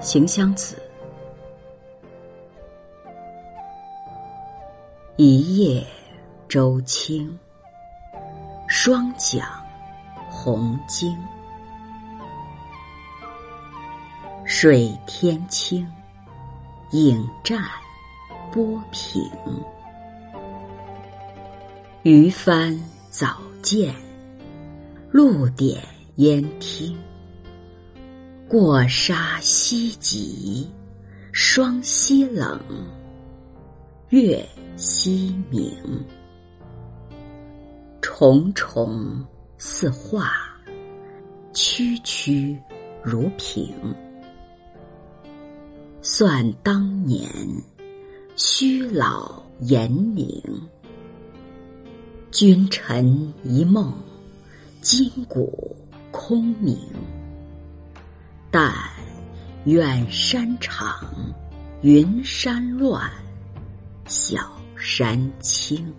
行香子。一叶舟清，双桨红鲸。水天清，影战波平。渔帆早见，露点烟听。过沙西极，霜西冷，月西明。重重似画，区区如屏。算当年，虚老严龄。君臣一梦，今古空明。但远山长，云山乱，小山青。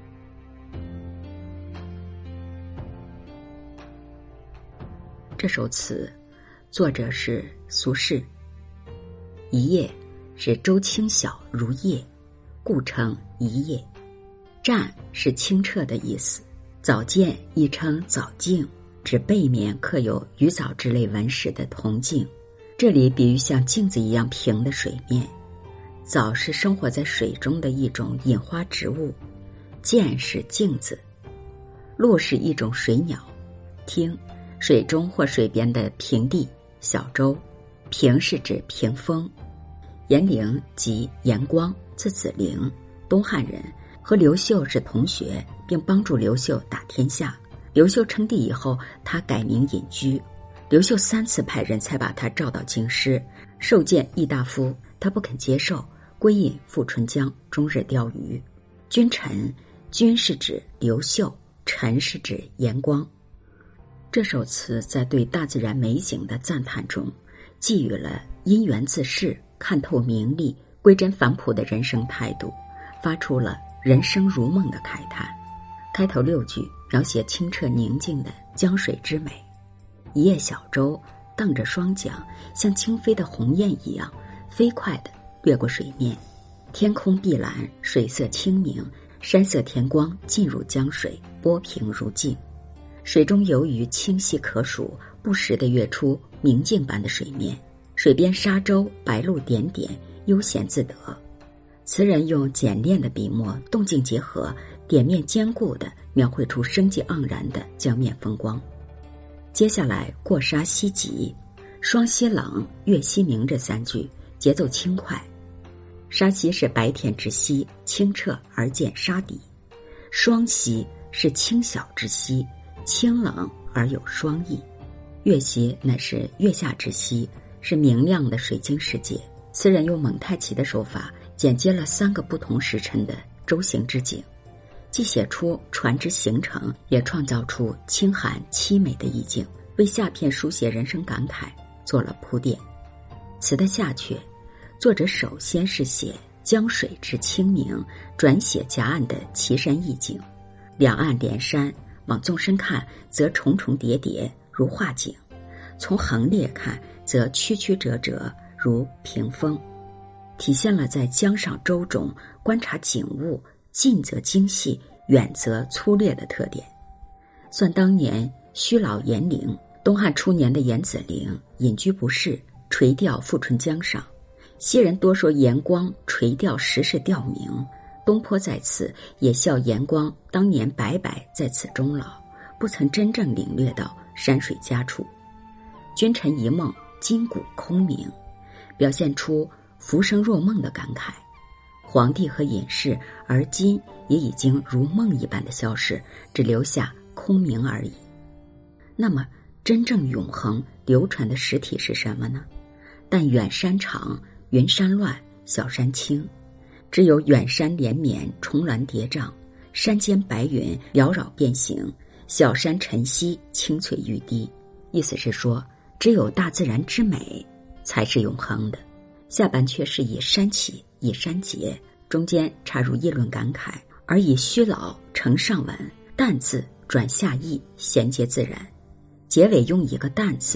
这首词作者是苏轼。一叶是舟清小如叶，故称一叶。湛是清澈的意思。藻见亦称藻镜，指背面刻有鱼藻之类纹饰的铜镜，这里比喻像镜子一样平的水面。藻是生活在水中的一种隐花植物，见是镜子。鹭是一种水鸟。汀，水中或水边的平地小舟。屏是指屏风。颜陵即颜光，字子陵，东汉人，和刘秀是同学，并帮助刘秀打天下。刘秀称帝以后，他改名隐居。刘秀3次派人才把他召到京师，受见议大夫，他不肯接受，归隐富春江，终日钓鱼。君臣，君是指刘秀，臣是指颜光。这首词在对大自然美景的赞叹中，寄予了因缘自适、看透名利、归真返璞的人生态度，发出了人生如梦的慨叹。开头6句描写清澈宁静的江水之美。一叶小舟荡着双桨，像轻飞的鸿雁一样飞快地掠过水面。天空碧蓝，水色清明，山色天光进入江水，波平如镜。水中游鱼清晰可数，不时地跃出明镜般的水面。水边沙洲白鹭点点，悠闲自得。词人用简练的笔墨，动静结合，点面兼顾地描绘出生机盎然的江面风光。接下来过沙西极，霜西冷，月西明这3句节奏轻快。沙溪是白田之溪，清澈而见沙底。霜溪是清晓之溪，清冷而有霜意。月溪乃是月下之溪，是明亮的水晶世界。词人用蒙太奇的手法剪接了3个不同时辰的舟行之景，既写出船只行程，也创造出清寒凄美的意境，为下片书写人生感慨做了铺垫。词的下阙，作者首先是写江水之清明，转写夹岸的奇山异景。两岸连山，往纵深看则重重叠叠如画景，从横列看则曲曲折折如屏风，体现了在江上舟中观察景物近则精细，远则粗略的特点。算当年虚老严龄，东汉初年的颜子陵隐居不仕，垂钓富春江上。昔人多说颜光垂钓实是钓名，东坡在此也笑颜光当年白白在此终老，不曾真正领略到山水佳处。君臣一梦，今古空明，表现出浮生若梦的感慨。皇帝和隐士而今也已经如梦一般的消失，只留下空明而已。那么真正永恒流传的实体是什么呢？但远山长，云山乱，小山青。只有远山连绵，重峦叠嶂，山间白云缭绕变形，小山晨曦青翠欲滴。意思是说，只有大自然之美才是永恒的。下半阙是以山起以山结，中间插入议论感慨，而以虚老承上文，淡字转下意，衔接自然。结尾用一个淡字，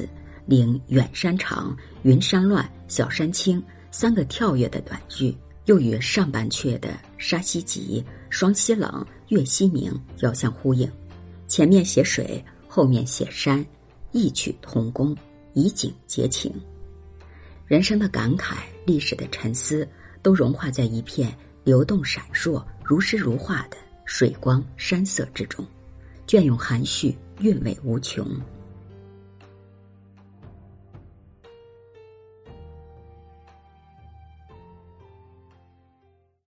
领远山长，云山乱，小山轻三个跳跃的短句，又与上半阙的沙溪急，霜溪冷，月溪明遥相呼应。前面写水，后面写山，异曲同工，以景结情。人生的感慨，历史的沉思，都融化在一片流动闪烁、如诗如画的水光山色之中，隽永含蓄，韵味无穷。